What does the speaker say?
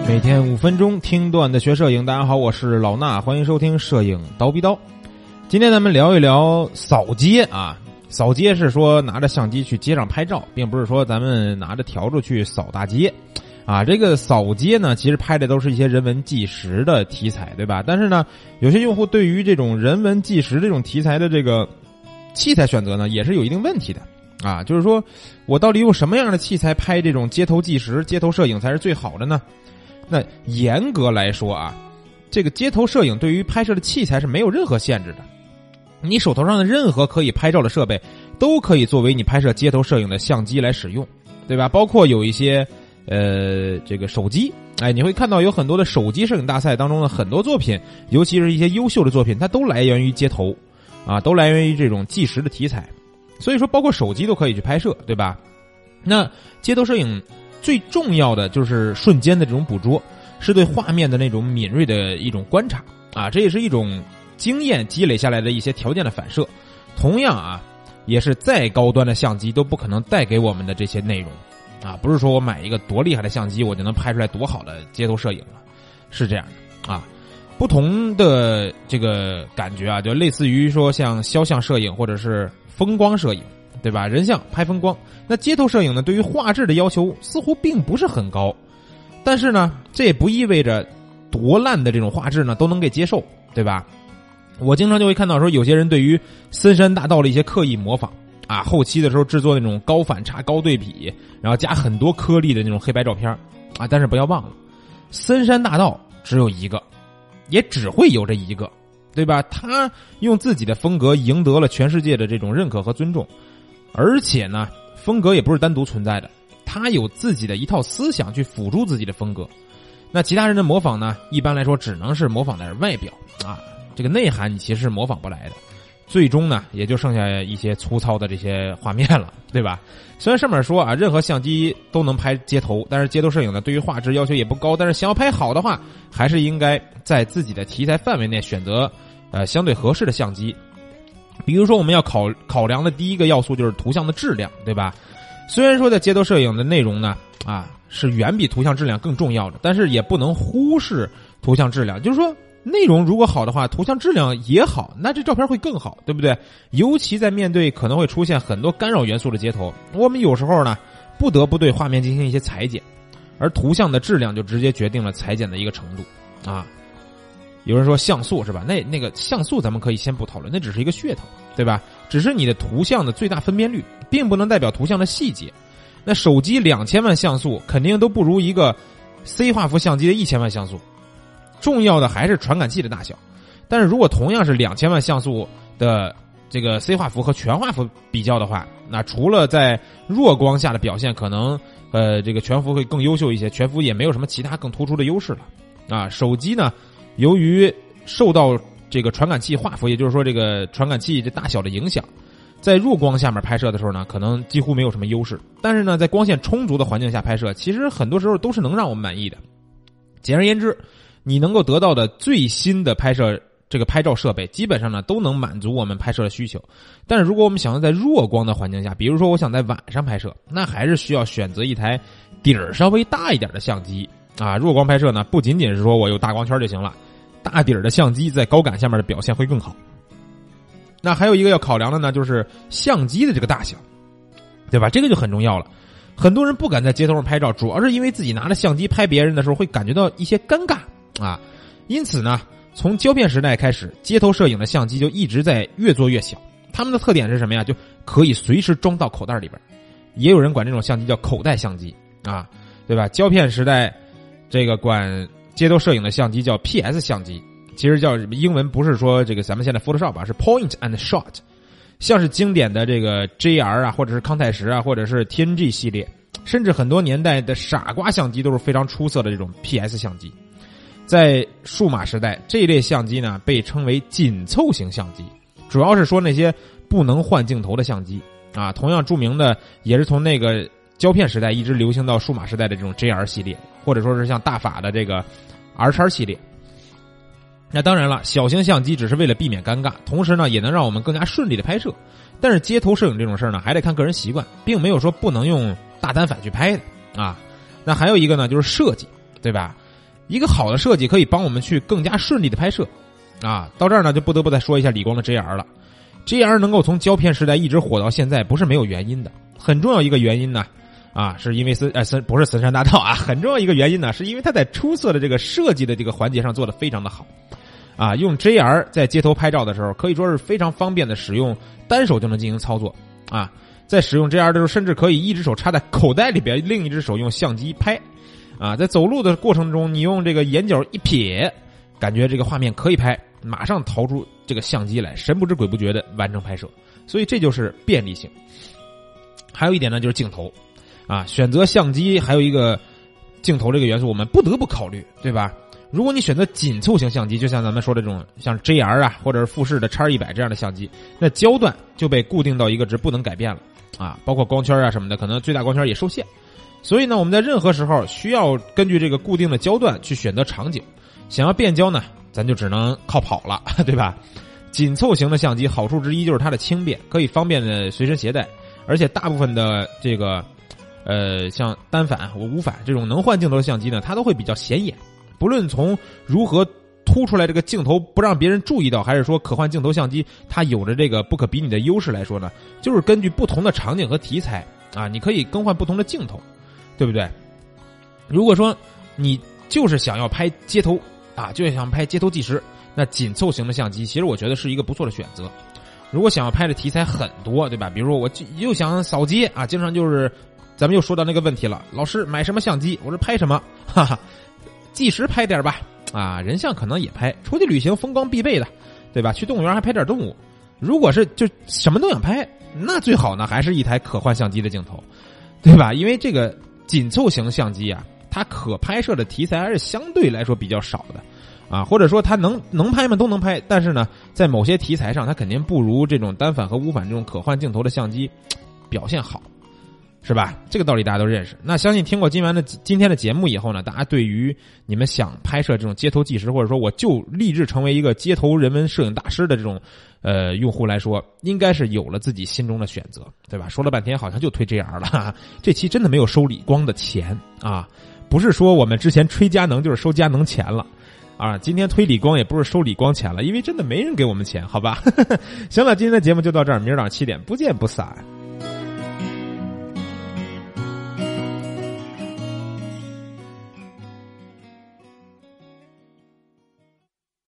每天5分钟听段子学摄影，大家好，我是老衲，欢迎收听摄影刀逼刀。今天咱们聊一聊扫街啊，扫街是说拿着相机去街上拍照，并不是说咱们拿着笤帚去扫大街啊。这个扫街呢，其实拍的都是一些人文纪实的题材，对吧？但是呢，有些用户对于这种人文纪实这种题材的这个器材选择呢，也是有一定问题的啊。就是说我到底用什么样的器材拍这种街头纪实、街头摄影才是最好的呢？那严格来说啊，这个街头摄影对于拍摄的器材是没有任何限制的。你手头上的任何可以拍照的设备都可以作为你拍摄街头摄影的相机来使用，对吧？包括有一些这个手机，你会看到有很多的手机摄影大赛当中的很多作品，尤其是一些优秀的作品，它都来源于街头啊，都来源于这种纪实的题材。所以说包括手机都可以去拍摄，对吧？那街头摄影最重要的就是瞬间的这种捕捉，是对画面的那种敏锐的一种观察啊，这也是一种经验积累下来的一些条件的反射。同样啊，也是再高端的相机都不可能带给我们的这些内容啊，不是说我买一个多厉害的相机我就能拍出来多好的街头摄影了，是这样的啊。不同的这个感觉啊，就类似于说像肖像摄影或者是风光摄影，对吧？人像拍风光，那街头摄影呢，对于画质的要求似乎并不是很高，但是呢，这也不意味着多烂的这种画质呢都能给接受，对吧？我经常就会看到说，有些人对于森山大道的一些刻意模仿啊，后期的时候制作那种高反差、高对比，然后加很多颗粒的那种黑白照片啊，但是不要忘了，森山大道只有一个，也只会有这一个，对吧？他用自己的风格赢得了全世界的这种认可和尊重。而且呢，风格也不是单独存在的，他有自己的一套思想去辅助自己的风格。那其他人的模仿呢，一般来说只能是模仿的外表啊，这个内涵你其实是模仿不来的。最终呢，也就剩下一些粗糙的这些画面了，对吧？虽然上面说啊，任何相机都能拍街头，但是街头摄影呢，对于画质要求也不高，但是想要拍好的话，还是应该在自己的题材范围内选择相对合适的相机。比如说我们要考量的第一个要素就是图像的质量，对吧？虽然说在街头摄影的内容呢是远比图像质量更重要的，但是也不能忽视图像质量。就是说内容如果好的话，图像质量也好，那这照片会更好，对不对？尤其在面对可能会出现很多干扰元素的街头，我们有时候呢不得不对画面进行一些裁剪，而图像的质量就直接决定了裁剪的一个程度啊。有人说像素是吧？那个像素咱们可以先不讨论，那只是一个噱头，对吧？只是你的图像的最大分辨率，并不能代表图像的细节。那手机2000万像素肯定都不如一个 C 画幅相机的1000万像素。重要的还是传感器的大小。但是如果同样是2000万像素的这个 C 画幅和全画幅比较的话，那除了在弱光下的表现可能这个全幅会更优秀一些，全幅也没有什么其他更突出的优势了啊。手机呢，由于受到这个传感器画幅，也就是说这个传感器这大小的影响，在弱光下面拍摄的时候呢，可能几乎没有什么优势。但是呢，在光线充足的环境下拍摄，其实很多时候都是能让我们满意的。简而言之，你能够得到的最新的拍照设备，基本上呢都能满足我们拍摄的需求。但是如果我们想要在弱光的环境下，比如说我想在晚上拍摄，那还是需要选择一台底儿稍微大一点的相机啊。弱光拍摄呢，不仅仅是说我有大光圈就行了，大底儿的相机在高感下面的表现会更好。那还有一个要考量的呢，就是相机的这个大小，对吧？这个就很重要了。很多人不敢在街头上拍照，主要是因为自己拿着相机拍别人的时候会感觉到一些尴尬啊。因此呢，从胶片时代开始，街头摄影的相机就一直在越做越小。它们的特点是什么呀？就可以随时装到口袋里边。也有人管这种相机叫口袋相机啊，对吧？胶片时代这个管街头摄影的相机叫 PS 相机，其实叫英文不是说这个咱们现在 Photoshop 是 Point and Shot。像是经典的这个 JR 啊，或者是康泰时啊，或者是 TNG 系列，甚至很多年代的傻瓜相机都是非常出色的这种 PS 相机。在数码时代，这一类相机呢被称为紧凑型相机，主要是说那些不能换镜头的相机啊。同样著名的也是从那个胶片时代一直流行到数码时代的这种 JR 系列，或者说是像大法的这个 R× 系列。那当然了，小型相机只是为了避免尴尬，同时呢也能让我们更加顺利的拍摄。但是街头摄影这种事儿呢，还得看个人习惯，并没有说不能用大单反去拍的啊。那还有一个呢，就是设计，对吧？ 一个好的设计可以帮我们去更加顺利的拍摄啊。到这儿呢，就不得不再说一下理光的 JR 了。JR 能够从胶片时代一直火到现在，不是没有原因的。很重要一个原因呢，是因为不是森山大道啊，很重要一个原因呢，是因为它在出色的这个设计的这个环节上做得非常的好。啊，用 JR 在街头拍照的时候，可以说是非常方便的使用，单手就能进行操作啊。在使用 JR 的时候，甚至可以一只手插在口袋里边，另一只手用相机拍。啊，在走路的过程中，你用这个眼角一瞥，感觉这个画面可以拍，马上掏出这个相机来，神不知鬼不觉的完成拍摄。所以这就是便利性。还有一点呢，就是镜头啊，选择相机还有一个镜头这个元素，我们不得不考虑，对吧？如果你选择紧凑型相机，就像咱们说的这种像 JR 啊，或者是富士的 X100 这样的相机，那焦段就被固定到一个值，不能改变了啊，包括光圈啊什么的，可能最大光圈也受限。所以呢，我们在任何时候需要根据这个固定的焦段去选择场景。想要变焦呢，咱就只能靠跑了，对吧？紧凑型的相机好处之一就是它的轻便，可以方便的随身携带，而且大部分的这个像单反或无反这种能换镜头的相机呢，它都会比较显眼。不论从如何突出来这个镜头不让别人注意到，还是说可换镜头相机它有着这个不可比拟的优势来说呢，就是根据不同的场景和题材啊，你可以更换不同的镜头，对不对？如果说你就是想要拍街头啊，就是想拍街头纪实，那紧凑型的相机其实我觉得是一个不错的选择。如果想要拍的题材很多，对吧？比如说我又想扫街啊，经常就是咱们又说到那个问题了，老师买什么相机？我说拍什么？哈哈，纪实拍点吧，啊，人像可能也拍，出去旅行风光必备的，对吧？去动物园还拍点动物。如果是就什么都想拍，那最好呢还是一台可换相机的镜头，对吧？因为这个紧凑型相机啊，它可拍摄的题材还是相对来说比较少的。啊，或者说它能拍吗？都能拍，但是呢，在某些题材上，它肯定不如这种单反和无反这种可换镜头的相机表现好，是吧？这个道理大家都认识。那相信听过今天的节目以后呢，大家对于你们想拍摄这种街头纪实，或者说我就立志成为一个街头人文摄影大师的这种用户来说，应该是有了自己心中的选择，对吧？说了半天好像就推 JR 了，哈哈，这期真的没有收理光的钱啊，不是说我们之前吹佳能就是收佳能钱了。啊，今天推理光也不是收理光钱了，因为真的没人给我们钱，好吧？行了，今天的节目就到这儿，明儿早上7点不见不散。